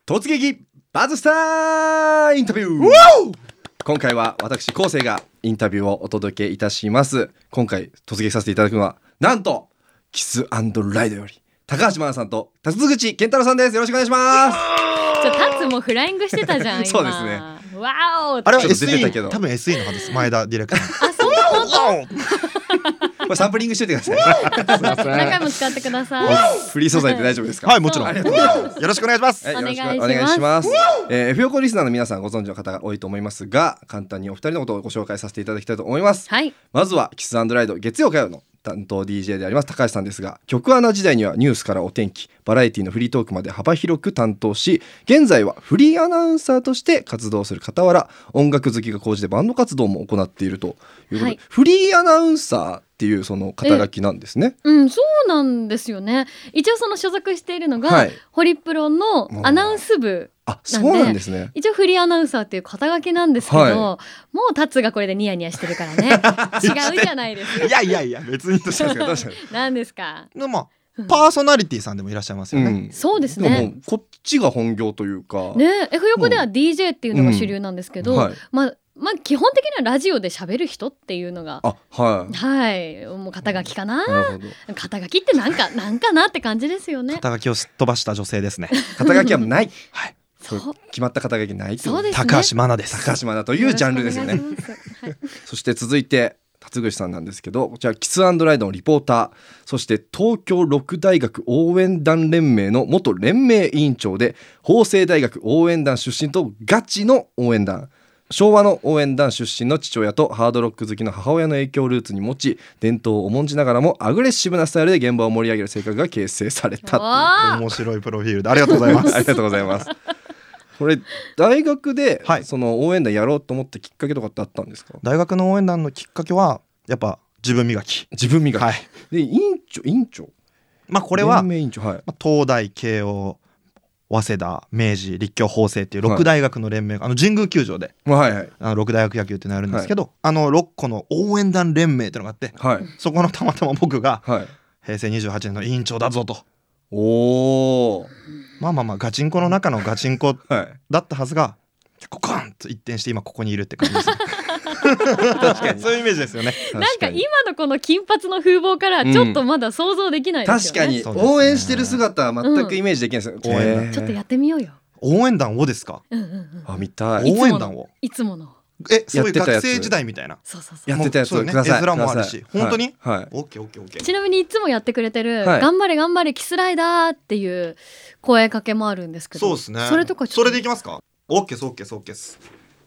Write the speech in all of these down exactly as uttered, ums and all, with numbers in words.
突撃バズスターインタビュー。今回は私昴生がインタビューをお届けいたします。今回突撃させていただくのはなんとキス&ライドより高橋真奈さんと辰口健太郎さんです。よろしくお願いします。 ちょタツもフライングしてたじゃん今。 そうですね。 わお。 あれはちょっと出てたけどエスイー 多分 エスイー のはずです。前田ディレクター。 あ、そう本これサンプリングしておいてください。 当。何回も使ってください。 フリー素材で大丈夫ですか？ はい、もちろん。 ありがとうございます。 よろしくお願いします。 はい、よろしくお願いしますお願いします。えー、エフヨコリスナーの皆さんご存知の方が多いと思いますが、簡単にお二人のことをご紹介させていただきたいと思います。 はい。 まずはキス&ライド月曜火曜の担当 ディージェー であります高橋さんですが、局アナ時代にはニュースからお天気、バラエティのフリートークまで幅広く担当し、現在はフリーアナウンサーとして活動する傍ら、音楽好きが高じてバンド活動も行っているということで、 はい、 フリーアナウンサーっていうその肩書きなんですね。 うん、そうなんですよね。一応その所属しているのが、 はい、 ホリプロのアナウンス部。 あ、そうなんですね。 一応フリーアナウンサーっていう肩書きなんですけど、はい、もうタツがこれでニヤニヤしてるからね違うじゃないですか。 いやいやいや別にどうしたんですかどうしたんですか。 何ですか。 でもパーソナリティさんでもいらっしゃいますよね、うん、 そうですね。 でもこっちが本業というかね、F 横では ディージェー っていうのが主流なんですけど、 うんはい、 まあまあ、基本的にはラジオで喋る人っていうのが、 あ、はい、 はい、もう肩書きかな。 なるほど。 肩書きってなんかなんかなって感じですよね。 肩書きをすっ飛ばした女性ですね。 肩書きはない。はい。 そう決まった肩書きないってこと。 そうですね。 高橋真奈です。 高橋真奈というジャンルですよね。 はい、 そして続いて辰口さんなんですけど、こちらキス&ライドのリポーター、そして東京六大学応援団連盟の元連盟委員長で、法政大学応援団出身とガチの応援団、昭和の応援団出身の父親とハードロック好きの母親の影響をルーツに持ち、伝統を重んじながらもアグレッシブなスタイルで現場を盛り上げる性格が形成されたという。 面白いプロフィールでありがとうございます。 ありがとうございます。これ大学でその応援団やろうと思ったきっかけとかってあったんですか？ 大学の応援団のきっかけはやっぱ自分磨き。 自分磨き、はい、で委員長委員長まあこれは、 連盟委員長、はい、 まあ、東大慶応早稲田明治立教法政っていうろく大学の連盟、はい、あの神宮球場で、はいはい、あのろく大学野球っていうのがあるんですけど、はい、あのろっこの応援団連盟っていうのがあって、はい、そこのたまたま僕が、はい、へいせいにじゅうはちねんの委員長だぞと。おー、まあまあまあガチンコの中のガチンコだったはずが、ココンと一転して今ここにいるって感じですね。確かにそういうイメージですよね。 なんか今のこの金髪の風貌からちょっとまだ想像できないですよね、 うん、確かに応援してる姿は全くイメージできないですよ、 うん、応援ちょっとやってみようよ。 応援団をですか、 うんうんうん、 あ、見たい。 応援団をいつものえ、そういう学生時代みたいな。 そうそうそう。 やってたやつ、 ね、絵面もあるし、本当に。 はい。 オッケーオッケーオッケー。 ちなみにいつもやってくれてる、はい、頑張れ頑張れキスライダーっていう声かけもあるんですけど。 そうですね。 それとかそれでいきますか。オッケーオッケーオッケーです。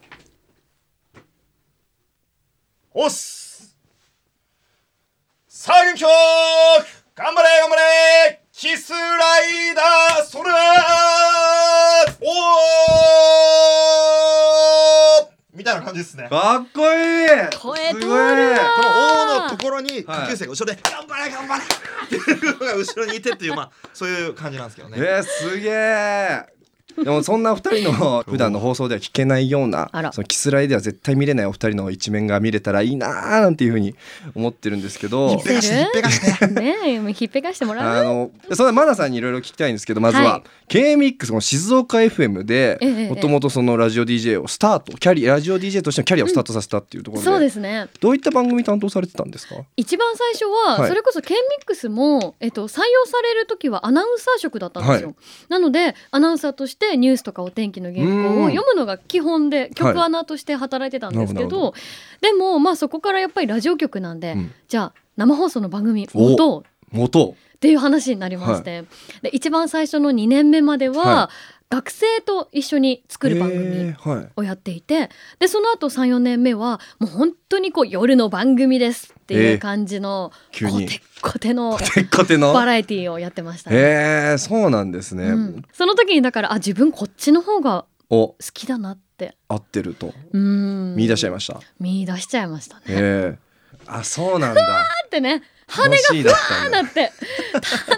おっす。さあ元気よーく頑張れ頑張れキスライダーそれーおーみたいな感じですね。 かっこいい。 声通るわ。 この「お」のところに下級生が後ろで「頑張れ頑張れ!」っていうのが後ろにいてっていう、まあそういう感じなんですけどね。 えー、すげえ。でもそんなお二人の普段の放送では聞けないようなそのキスライでは絶対見れないお二人の一面が見れたらいいなーなんていうふうに思ってるんですけど、 ひっぺがしてひっぺがしてねえひっぺがしてもらう。 あのそんなマナさんにいろいろ聞きたいんですけど、まずは、はい、ケーミックス の静岡 エフエム でもともとそのラジオ ディージェー をスタートキャリラジオ ディージェー としてのキャリアをスタートさせたっていうところで、 うん、そうですね。 どういった番組担当されてたんですか？ 一番最初は、はい、それこそ ケーミックス も、えっと、採用される時はアナウンサー職だったんですよ、はい、なのでアナウンサーとしてニュースとかお天気の原稿を読むのが基本で局アナとして働いてたんですけど、はい、でもまあそこからやっぱりラジオ局なんで、うん、じゃあ生放送の番組持とう元っていう話になりまして、はい、で一番最初のにねんめまでは、はい、学生と一緒に作る番組をやっていて、でその後 さん,よ 年目はもう本当にこう夜の番組ですっていう感じの急にコテコテのコテコテのバラエティーをやってましたね。 へー、そうなんですね、うん、 その時にだからあ自分こっちの方が好きだなって合ってるとうん見出しちゃいました。 見出しちゃいましたね。 へー、あ、そうなんだってね、羽がふわーなって楽し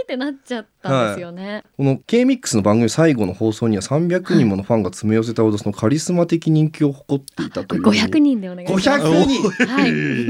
ってなっちゃったんですよね、はい、 この K-ミックス の番組最後の放送にはさんびゃくにんものファンが詰め寄せたほどそのカリスマ的人気を誇っていたという。 ごひゃくにんでお願いします。 ごひゃくにん、 はい、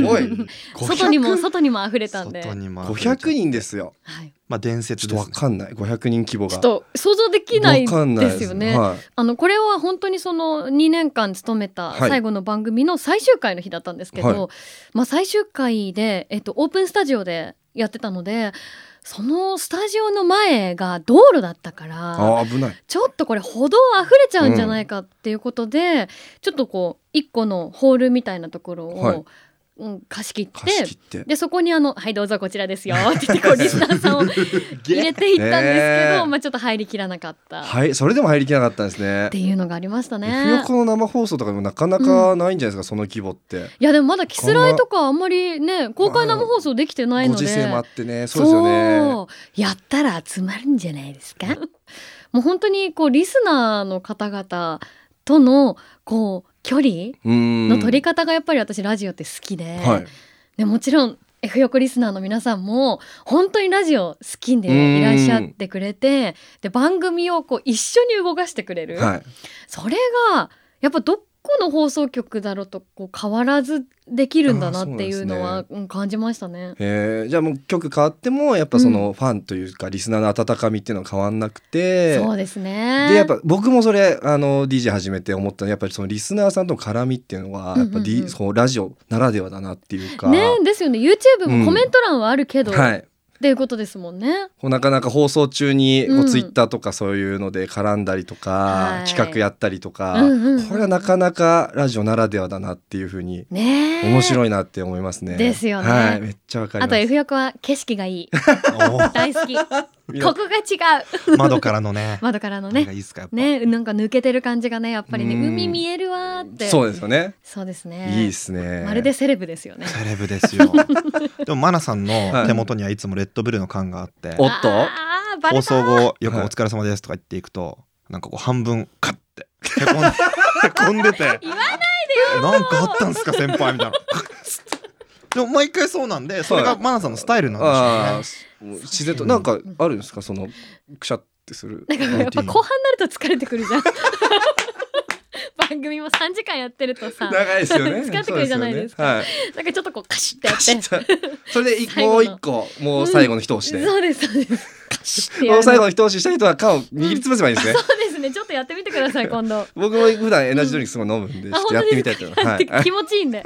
おい外にも外にも溢れたんでごひゃくにんですよ、 はい、 まあ伝説ですね。 ちょっとわかんない、ごひゃくにん規模がちょっと想像できないですよね。 はい、 あのこれは本当にそのにねんかん務めた最後の番組の最終回の日だったんですけど、はい、まあ、最終回で、えっと、オープンスタジオでやってたので、そのスタジオの前が道路だったから、 あ、危ない、 ちょっとこれ歩道あふれちゃうんじゃないかっていうことで、うん、ちょっとこういっこのホールみたいなところを、はい、うん、貸し切って、貸し切って、でそこにあのはいどうぞこちらですよって言ってこうリスナーさんを入れていったんですけど、まあ、ちょっと入りきらなかった、 はい、それでも入りきらなかったんですねっていうのがありましたね。 エフヨコの生放送とかでもなかなかないんじゃないですか、うん、その規模って。 いやでもまだキスライとかあんまりね公開生放送できてないので、 ご時世もあってね、そうですよね。 そうやったら集まるんじゃないですかもう本当にこうリスナーの方々とのこう距離の取り方がやっぱり私ラジオって好きで、はい、でもちろん F 横リスナーの皆さんも本当にラジオ好きでいらっしゃってくれて、で番組をこう一緒に動かしてくれる、はい、それがやっぱどこの放送局だろうとこう変わらずできるんだなっていうのは、ね、感じましたね。 へー、じゃあもう曲変わってもやっぱそのファンというかリスナーの温かみっていうのは変わんなくて、 うん、そうですね。 でやっぱ僕もそれあの ディージェー 始めて思ったのはやっぱりそのリスナーさんとの絡みっていうのはやっぱ、D うんうんうん、そのラジオならではだなっていうか、 ね、ですよね。 YouTube もコメント欄はあるけど、うん、はい、っていうことですもんね。 こうなかなか放送中にこうツイッターとかそういうので絡んだりとか、うん、企画やったりとか、うんうんうん、これはなかなかラジオならではだなっていうふうに、ね、面白いなって思いますね。 ですよね、 はい、めっちゃわかります。 あと F 横は景色がいい大好きここが違う窓からのね窓からのねいいっすかやっぱね、なんか抜けてる感じがねやっぱりね、海見えるわって。 そうですよね。 そうですね、 いいですね。 まるでセレブですよね。 セレブですよでもマナさんの手元にはいつもレッドブルの缶があって、はい、 おっと放送後よくお疲れ様ですとか言っていくと、はい、なんかこう半分カッてへこんでへこんでて言わないでよなんかあったんすか先輩みたいなでも毎回そうなんで、それがマナさんのスタイルなんでしょうね、 はい、自然となんかあるんですか、そのくしゃってする。 なんかやっぱ後半になると疲れてくるじゃん番組もさんじかんやってるとさ長いですよね疲れてくるじゃないですか、ね、はい、なんかちょっとこうカシッてやってそれでもう一個もう最後の一押しで、うん、 そうですそうですカシッてやるもう最後の一押しした人は缶を握りつぶせばいいですね、 うん、そうですね、ちょっとやってみてください今度僕も普段エナジードリンクすごい飲むんで、うん、ちょっとやってみたいと思います、 はい、気持ちいいんで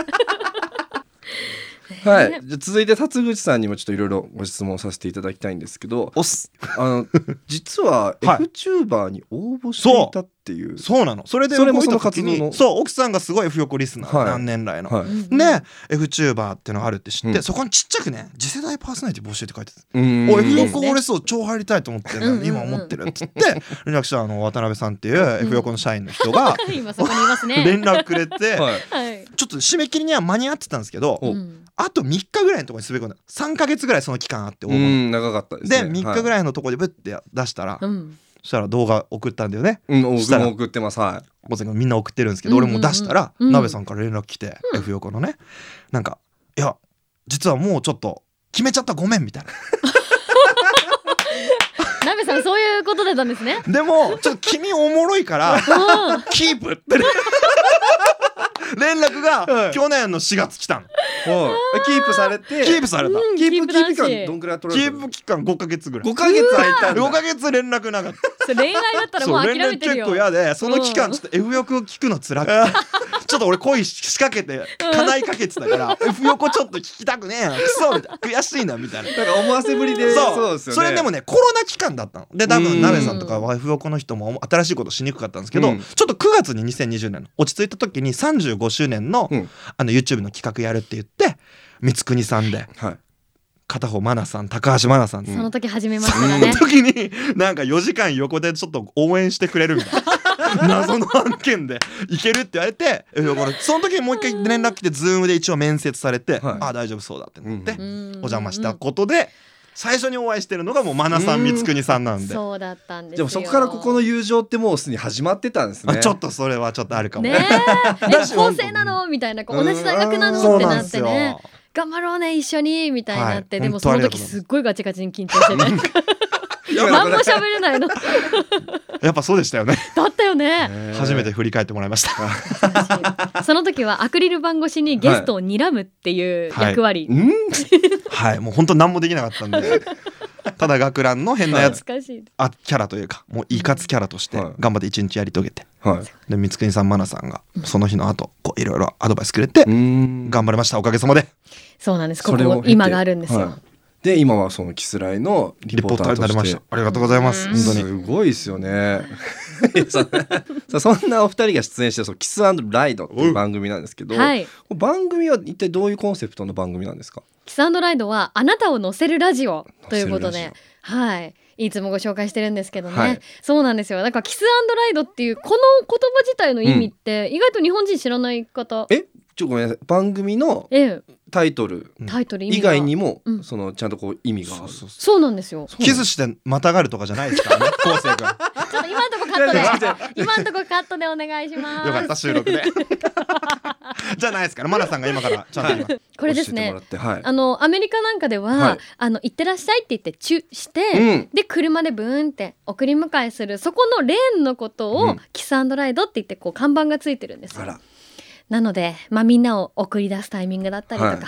はい、じゃ続いて辰口さんにもちょっといろいろご質問させていただきたいんですけど、 おすあの実は F チューバーに応募していたっていう、はい、 そうなの。それでそれもその活動のそう奥さんがすごい F 横リスナー、はい、何年来の、はい、で F チューバーっていうのがあるって知って、うん、そこにちっちゃくね次世代パーソナリティ募集って書いてた。お F 横俺そう超入りたいと思ってる、ね、今思ってるって言って連絡したあの渡辺さんっていう F 横の社員の人が今そこにいますね連絡くれて、 はい、 ちょっと締め切りには間に合ってたんですけど、うん、あとみっかぐらいのところに滑り込んだ。さんかげつぐらいその期間あって応募、 うん長かったですね。 でみっかぐらいのところでブッて出したら、はい、そしたら動画送ったんだよね。 うん、僕も送ってます。はい。 みんな送ってるんですけど、うんうんうん、俺も出したら、うん、鍋さんから連絡来て、うん、F 横のね、なんかいや実はもうちょっと決めちゃったごめんみたいな。 鍋さんそういうことだったんですね。 でもちょっと君おもろいからキープって連絡が去年のしがつ来たの。 キープされてキープされた、 うん、 キープ期間どんくらい取られたの？ キープ期間ごかげつぐらい。 ごかげつ空いたんだ。 ごかげつ連絡なかった。 それ恋愛だったらもう諦めてるよ。 連絡結構嫌でその期間ちょっと F 横聞くの辛くてちょっと俺恋仕掛けて叶いかけてたから、うん、F 横ちょっと聞きたくねえなクソみたいな悔しいなみたいな。 なんか思わせぶりでそう、 そうですよね。 それでもねコロナ期間だったので多分鍋さんとか F 横の人も新しいことしにくかったんですけど、うん、ちょっとくがつににせんにじゅうねんの落ち着いた時にさんじゅうごしゅうねんの、うん、あの YouTube の企画やるって言って光國さんで、はい、片方マナさん高橋マナさん、 その時始めましたね。 その時になんかよじかん横でちょっと応援してくれるみたいな謎の案件でいけるって言われてその時にもう一回連絡来て Zoom で一応面接されて、はい、あ大丈夫そうだってなって、うん、お邪魔したことで最初にお会いしてるのがもうマナさん光國さんなんで。 そうだったんですよ。 でもそこからここの友情ってもうすでに始まってたんですね。 ちょっとそれはちょっとあるかもね。え構成なのみたいな、こう同じ大学なのってなってね、頑張ろうね一緒にみたいになって、はい、でもその時すっごいガチガチに緊張してね何も喋れないのやっぱそうでしたよね。 だったよね。 初めて振り返ってもらいましたその時はアクリル板越しにゲストを睨むっていう役割、 はいはいはい、もう本当何もできなかったんでただ学ランの変なやつ、はい、あキャラというかもういかつキャラとして頑張って一日やり遂げて、はい、で光國さんマナさんがその日の後こういろいろアドバイスくれて頑張りました。おかげさまで。 そうなんです。ここ今があるんですよ、はい、 で今はそのキスライのリポーターとしてリポーターになりました。ありがとうございます。本当にすごいですよねそ, そんなお二人が出演してるキス&ライドっていう番組なんですけど、はい、番組は一体どういうコンセプトの番組なんですか？ キス&ライドはあなたを乗せるラジオということで、はい、いつもご紹介してるんですけどね、はい、そうなんですよ。なんかキス&ライドっていうこの言葉自体の意味って意外と日本人知らない方、 うん、えちょっとごめんなさい、番組のタイトル、うん、タイトル以外にも、うん、そのちゃんとこう意味がある。 そうそうなんですよ。 キスしてまたがるとかじゃないですからね昴生君ちょっと今んとこカットで今んとこカットでお願いします。 よかった収録でじゃないですからマナさんが今からちゃんと今これですね、はい、あのアメリカなんかでは、はい、あの行ってらっしゃいって言ってチュして、うん、で車でブーンって送り迎えするそこのレーンのことを、うん、キス&ライドって言ってこう看板がついてるんですよ。あら、なので、まあ、みんなを送り出すタイミングだったりとか、はい、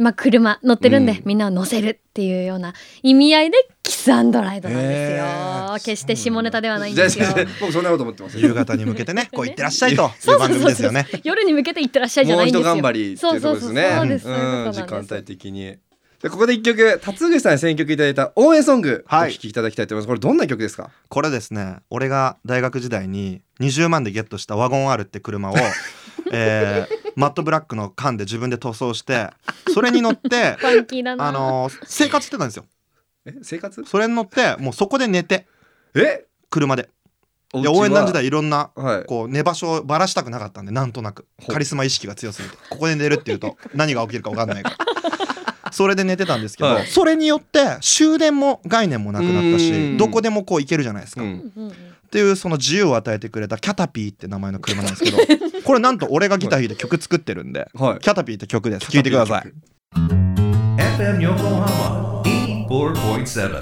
まあ、車乗ってるんで、うん、みんなを乗せるっていうような意味合いでキス&ライドなんですよ。決して下ネタではないんですよ。 僕そんなこと思ってます。 夕方に向けてねこう行ってらっしゃいという番組ですよね。 そうそうそうそう、夜に向けて行ってらっしゃいじゃないんですよ。 もう一頑張りっていうところですね。 そうです、そうです、 時間帯的に。でここで一曲辰口さんに選曲いただいた応援ソング、はい、お聴きいただきたいと思います。これどんな曲ですか？ これですね、俺が大学時代ににじゅうまんでゲットしたワゴン R って車をえー、マットブラックの缶で自分で塗装してそれに乗ってファンキーだな、 あのー、生活してたんですよ。 え生活？ それに乗ってもうそこで寝てえ車でで応援団時代いろんな、はい、こう寝場所をばらしたくなかったんでなんとなくカリスマ意識が強すぎてここで寝るっていうと何が起きるか分かんないからそれで寝てたんですけど、はい、それによって終電も概念もなくなったしどこでもこう行けるじゃないですか、うん、っていうその自由を与えてくれたキャタピーって名前の車なんですけどこれなんと俺がギター弾いて曲作ってるんで、はい、キャタピーって曲です。聴いてください。 エフエム 横浜 エイティフォーポイントセブン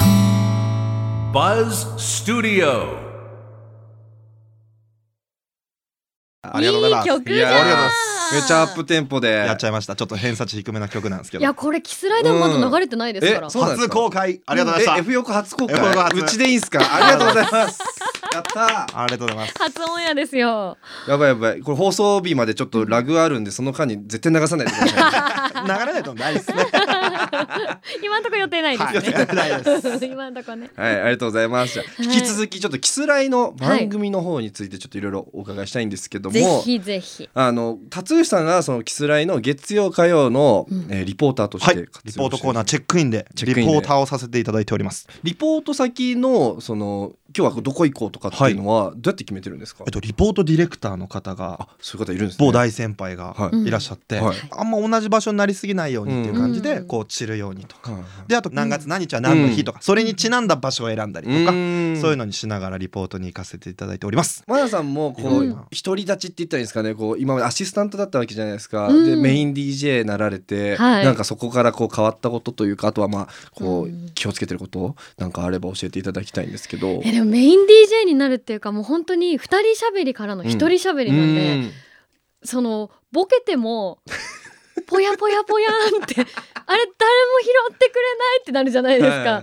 Buzz Studio。 ありがとうございます。 いい曲じゃん。ありがとうございます。 めっちゃアップテンポでやっちゃいました。ちょっと偏差値低めな曲なんですけど、 いやこれキスライドもまだ流れてないですから、うん、 初公開ありがとうございました。 F 横初公開うちでいいんすか？ありがとうございますやったありがとうございます。 初オンエアですよ。 やばいやばい、これ放送日までちょっとラグあるんでその間に絶対流さないでください流れないとないですね今のところ予定ないですね、 はい、ないです今のところね。 はい、ありがとうございます。引き続きちょっとキスライの番組の方についてちょっといろいろお伺いしたいんですけども、 ぜひぜひ。 あの辰吉さんがそのキスライの月曜火曜の、うんえー、リポーターとして活動して、はい、リポートコーナーチェックインでリポーターをさせていただいております。 リポート先のその今日はどこ行こうとかっていうのはどうやって決めてるんですか？ えっと、リポートディレクターの方があそういう方いるんですね。 某大先輩がいらっしゃって、はい、あんま同じ場所になりすぎないようにっていう感じで、うん、こう散るようにとか、うん、であと何月何日は何の日とか、うん、それにちなんだ場所を選んだりとか、うん、そういうのにしながらリポートに行かせていただいております。 マナさんもこう、うん、独り立ちって言ったらいいんですかね、こう今までアシスタントだったわけじゃないですか、うん、でメイン ディージェー なられて、はい、なんかそこからこう変わったことというかあとはまあこう気をつけてることなんかあれば教えていただきたいんですけど。 えでもメイン ディージェー になるっていうかもう本当にふたりしゃべりからのひとりしゃべりなんで、うん、そのボケてもぽやぽやぽやんってあれ誰も拾ってくれないってなるじゃないですか、はい、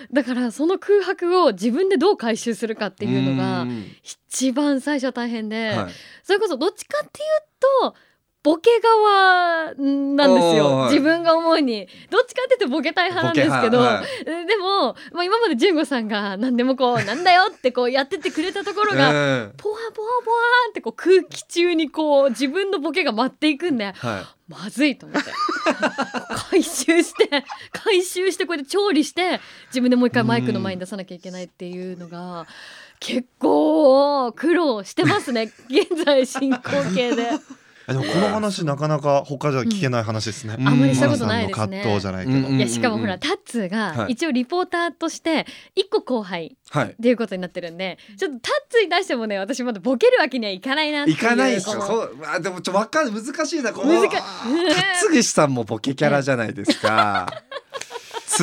だからその空白を自分でどう回収するかっていうのが一番最初は大変で、はい、それこそどっちかっていうとボケ側なんですよ、自分が思うにどっちかって言ってボケたい派なんですけど、はい、でも、まあ、今まで純吾さんが何でもこうなんだよってこうやっててくれたところが、えー、ポワポワポワーンってこう空気中にこう自分のボケが舞っていくんで、はい、まずいと思って回収して回収してこうやって調理して自分でもう一回マイクの前に出さなきゃいけないっていうのが結構苦労してますね現在進行形で。 でもこの話なかなか他じゃ聞けない話ですね、 うん、あんまりしたことないですね。 葛藤じゃないけど、 いやしかもほらタッツーが一応リポーターとしていっこ後輩っていうことになってるんで、はい、ちょっとタッツーに出してもね私まだボケるわけにはいかないなっていう。 いかないですよ。そうあでもちょっと分かる難しいなこのタッツーさんもボケキャラじゃないですかつ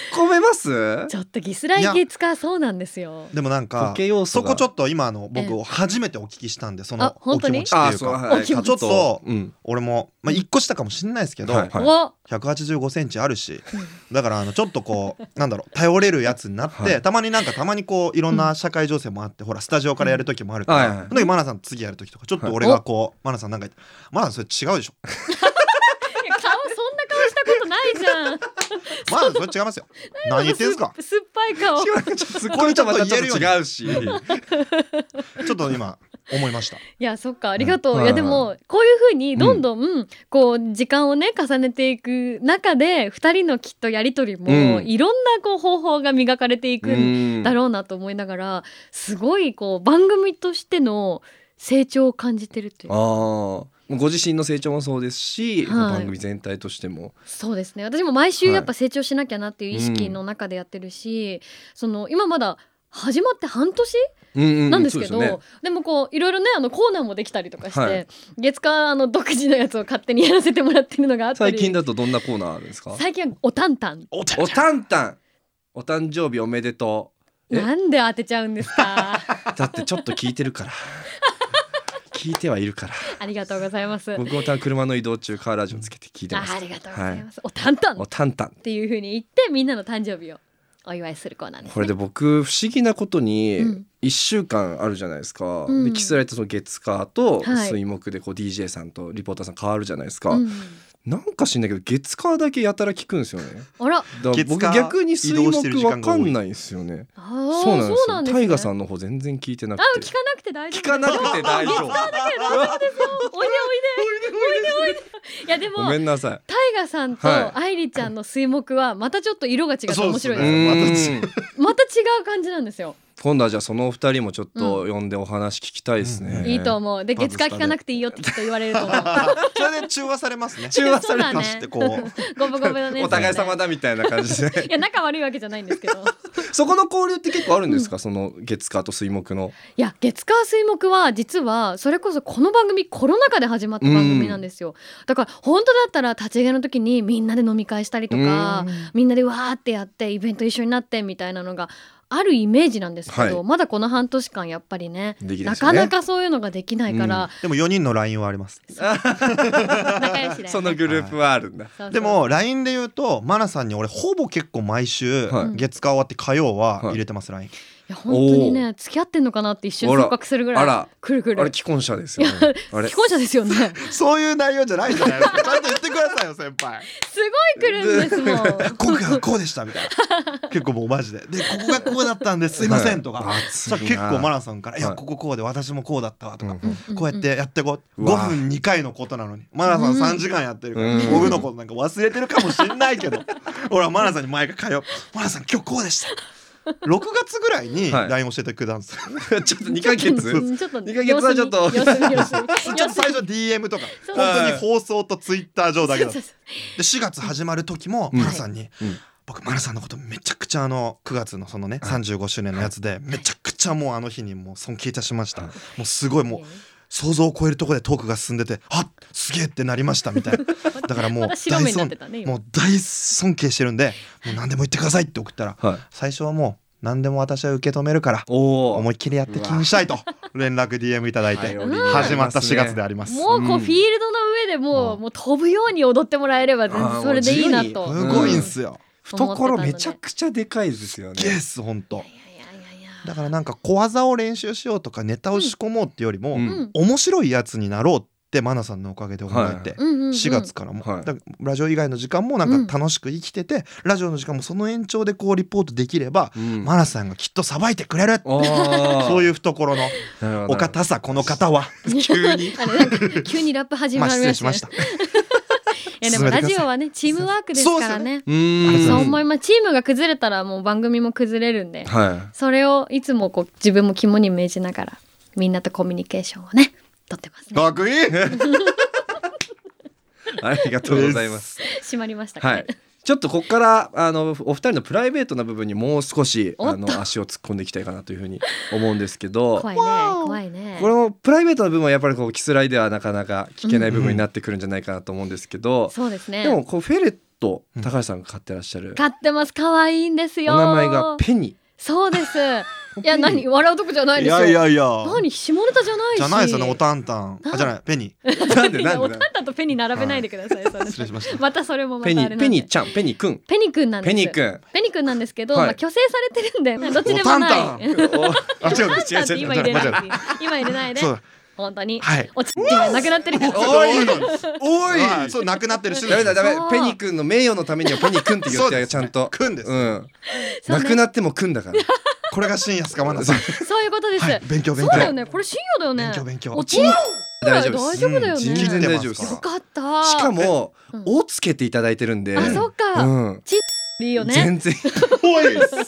込めます？ ちょっとギスライ月火そうなんですよ。 でもなんかそこちょっと今の僕初めてお聞きしたんで、そのお気持ちっていうかちょっと俺もまあいっこ下かもしれないですけど、ひゃくはちじゅうごセンチあるし、だからあのちょっとこうなんだろう頼れるやつになって、たまになんかたまにこういろんな社会情勢もあって、ほらスタジオからやる時もあるから、その時マナさん次やる時とかちょっと俺がこうマナさんなんかマナさんそれ違うでしょ。 ないじゃん。 まあそれ違いますよ。何言ってんすか。 酸っぱい顔。 これちょっと言えるように違うし。 ちょっと今思いました。いやそっかありがとう。うん、いやでもこういう風にどんどん、うん、こう時間をね重ねていく中でふたりのきっとやりとりも、うん、いろんなこう方法が磨かれていくんだろうなと思いながら、すごいこう番組としての成長を感じてるというか。 あご自身の成長もそうですし、はい、番組全体としてもそうですね。私も毎週やっぱ成長しなきゃなっていう意識の中でやってるし、はいうん、その今まだ始まって半年なんですけど、うんうんでね、でもこういろいろねあのコーナーもできたりとかして、はい、月火あの独自のやつを勝手にやらせてもらってるのがあったり。 最近だとどんなコーナーあるんですか？ 最近はおたんたんおたんたんお誕生日おめでとう。なんで当てちゃうんですか？ だってちょっと聞いてるから聞いてはいるから。 ありがとうございます。 僕も車の移動中カーラジオつけて聞いてます。 あ, ありがとうございます、はい、おたんたんおたんたんっていう風に言ってみんなの誕生日をお祝いするコーナーですね。 これで僕不思議なことにいっしゅうかんあるじゃないですか、うん、でキスライトその月火と水木でこう ディージェー さんとリポーターさん変わるじゃないですか、うんなんか知んないけど月火だけやたら聞くんですよね。 あら僕逆に水木わかんないんですよね。 あそうなんですよ。タイガさんの方全然聞いてなくて。 あ聞かなくて大丈夫。 聞かなくて大丈夫。 月火だけ大丈夫ですよ。おいでおいでおいでおいでおいで。いやでもごめんなさい。 タイガさんと愛理ちゃんの水木はまたちょっと色が違って面白いですよ。また違う感じなんですよ。 今度はじゃあそのお二人もちょっと呼んでお話聞きたいですね、 うん、いいと思う。で月火聞かなくていいよってきっと言われると思う。 それで中和されますね。 中和されましてこうゴブゴブのねお互い様だみたいな感じでいや仲悪いわけじゃないんですけどそこの交流って結構あるんですか、うん、その月火と水木の。 いや月火水木は実はそれこそこの番組コロナ禍で始まった番組なんですよ、うん、だから本当だったら立ち上げの時にみんなで飲み会したりとか、うん、みんなでわーってやってイベント一緒になってみたいなのがあるイメージなんですけど、はい、まだこの半年間やっぱり ね, ねなかなかそういうのができないから、うん、 でもよにんの ライン はあります。 仲良しだよね。 そのグループはあるんだ、 はい、 でも ライン で言うとマナさんに俺ほぼ結構毎週、はい、月火終わって火曜は入れてます、はい、ライン。 いや本当にね付き合ってんのかなって一瞬錯覚するぐらい。 あらくるくるあれ既婚者ですよね。 あれ既婚者ですよね。 そういう内容じゃないじゃないですか。ちゃんと言ってくださいよ先輩。 すごい来るんですもん。 今回はこうでしたみたいな。結構もうマジででここがこうだったんですいませんとか、はい、さ結構マナさんから、はい、いやこここうで私もこうだったわとか、うん、こうやってやってこうごふんにかいのことなのにマナさんさんじかんやってるから、うん、僕のことなんか忘れてるかもしれないけど俺はマナさんに毎回通うマナさん今日こうでしたろくがつぐらいに ライン 教えてくれたんですよ、 はい、ちょっとにかげつちょっとにかげつはちょっとちょっと最初ディーエム とか本当に放送とツイッター上だけだった。でしがつ始まる時もマナさんに、うんうん僕マナさんのことめちゃくちゃあのくがつのそのねさんじゅうごしゅうねんのやつでめちゃくちゃもうあの日にもう尊敬いたしました。もうすごいもう想像を超えるところでトークが進んでてあすげえってなりましたみたいな。だからもう大尊もう大尊敬してるんでもう何でも言ってくださいって送ったら、はい、最初はもう何でも私は受け止めるから思いっきりやって気にしたいと連絡 ディーエム いただいて始まったしがつであります。 もうこうフィールドの上でもう、うん、もう飛ぶように踊ってもらえれば全然それでいいなと。 すごいんすよ、 うん、懐めちゃくちゃでかいですよね。 ゲースほんとだからなんか小技を練習しようとかネタを仕込もうってよりも、うん、面白いやつになろうってマナさんのおかげで思えて、はい、しがつからも、はい、だからラジオ以外の時間もなんか楽しく生きてて、うん、ラジオの時間もその延長でこうリポートできれば、うん、マナさんがきっとさばいてくれるそういう懐のお方さこの方は急に急にラップ始まりました、ね、 まあ、失礼しましたいやでもラジオはねチームワークですからね。そう、そう思います。チームが崩れたらもう番組も崩れるんで、はい、それをいつもこう自分も肝に銘じながらみんなとコミュニケーションをね取ってますね。 かっこいいありがとうございます。 閉まりましたかね、はい、 ちょっとここからあのお二人のプライベートな部分にもう少しあの足を突っ込んでいきたいかなというふうに思うんですけど怖いね怖いね。 このプライベートな部分はやっぱりこうキスライではなかなか聞けない部分になってくるんじゃないかなと思うんですけど、うんうん、 そうですね。 でもこうフェレット、高橋さんが飼ってらっしゃる、 飼ってます。可愛いんですよ。 お名前がペニ。 そうです。いや何笑うとこじゃないですよ。 いやいやいや。 何下ネタじゃないし。 じゃないですよね。おたんたん。あじゃないペニ。 なんでなんで。 おたんたんとペニ並べないでください。それ失礼しました。 またそれもまたあペニれなんで。 ペニちゃんペニくん。 ペニくんなんです。 ペニくん。 ペニくんなんですけど、 はいまあ虚勢されてるんでどっちでもない。 おたんたん。あ違う違う違う違う。 今入れないで。今入れないで。 そう本当に。 はい。 おちんがなくなってる。 おいおい。 はいそうなくなってる瞬ダメだダメそう。 ペニくんの名誉のためにはペニくんって言ってあげちゃんと。 くんです。 うん。 そうねなくなってもくんだから。 これが深夜すかまなさん。 そういうことです。 はい勉強勉強そうだよね。これ深夜だよね。 勉強勉強おちん大丈夫です。 大丈夫だよね。 全然大丈夫ですよかった。 しかもうん 「お」つけていただいてるんで。 あ、そっうか。 ん。 いいよね。 全然。 おい。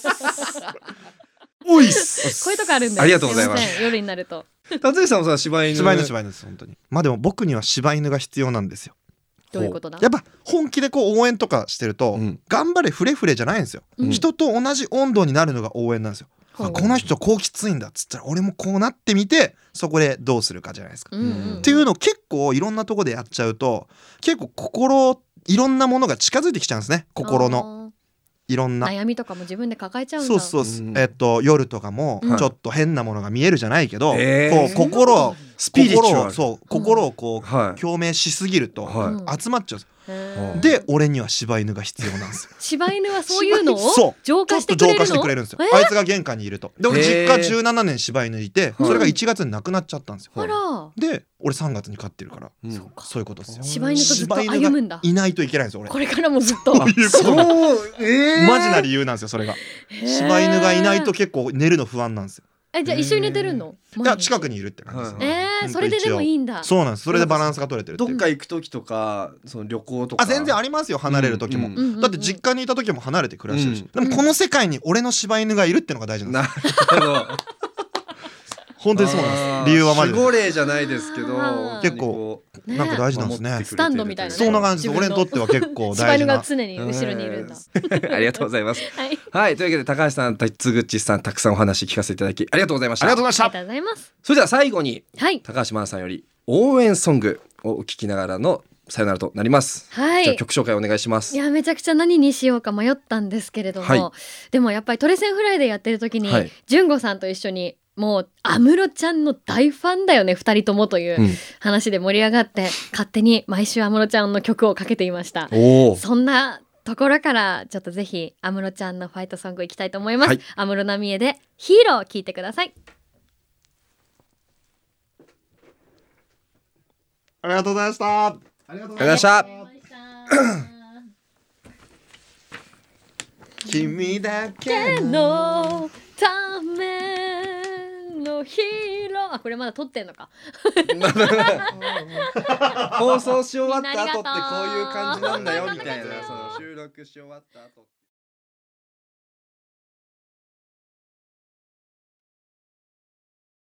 おいっす。 こういうとこあるんで。 ありがとうございますすいません夜になると。 達也さんもさ柴犬。 柴犬柴犬です本当に。まあでも僕には柴犬が必要なんですよ。 どういうことだ。 やっぱ本気でこう応援とかしてると、 うん頑張れフレフレじゃないんですよ、 うん人と同じ温度になるのが応援なんですよ、 ほうあこの人こうきついんだっつったら俺もこうなってみてそこでどうするかじゃないですか、 うんうん。 っていうのを結構いろんなとこでやっちゃうと結構心いろんなものが近づいてきちゃうんですね心ののいろんな悩みとかも自分で抱えちゃうんだ。 そうそうそう、 うんえっと夜とかもうんちょっと変なものが見えるじゃないけど、 へーこう心をスピリチュ心をアル。 そう心をこう、 はい共鳴しすぎるとはい集まっちゃうんですよ、 へーで俺には柴犬が必要なんですよ柴犬はそういうのをそう浄化ちょっしてくれるの。 と浄化してくれるんですよ、 えーあいつが玄関にいるとで俺実へー家じゅうななねん柴犬いてはいそれがいちがつに亡くなっちゃったんですよ、 あら。 で俺さんがつに飼ってるからうんそういうことですよ柴犬とずっと柴犬が歩むんだ。 いないといけないんですよ俺これからもずっと。 そういうことがそう。えーマジな理由なんですよそれが柴犬がいないと結構寝るの不安なんですよえ、じゃあ一緒に寝てるの？ いや近くにいるって感じですね、 えー、それででもいいんだ。 そうなんですそれでバランスが取れてるっていうどっか行く時とかその旅行とか。 あ全然ありますよ離れる時も、 うんうんうんうんだって実家にいた時も離れて暮らしてるし、 うんでもこの世界に俺の柴犬がいるってのが大事なんですよなるほど。 本当にそうなんですあー理由はマジで守護霊じゃないですけどあー結構ねなんか大事なんですね守ってくれてるスタンドみたいなねそんな感じです俺にとっては結構大事な柴犬が常に後ろにいるんだ。 ありがとうございます。 はい。 はい、というわけで高橋さん、辰口さん、たくさんお話聞かせていただきありがとうございました。 ありがとうございまありがとうございます。 それでは最後にはい。 高橋真奈さんより応援ソングをお聞きながらのさよならとなります。 はい。 じゃあ曲紹介お願いします。 いやめちゃくちゃ何にしようか迷ったんですけれども、 はいでもやっぱりトレセンフライデーやってる時に、 はい純子さんと一緒にもう安室ちゃんの大ファンだよねふたりともといううん話で盛り上がって、勝手に毎週安室ちゃんの曲をかけていました。 おお。 そんなところからちょっとぜひ安室ちゃんのファイトソングいきたいと思います。 はい安室奈美恵でヒーロー聞いてください。 ありがとうございましたありがとうごありがとうございました。 君だけののためのヒーロー。あ、これまだ撮ってんのか。 放送し終わった後ってこうみんなありがとういう感じなんだよみたいな、その収録し終わった後。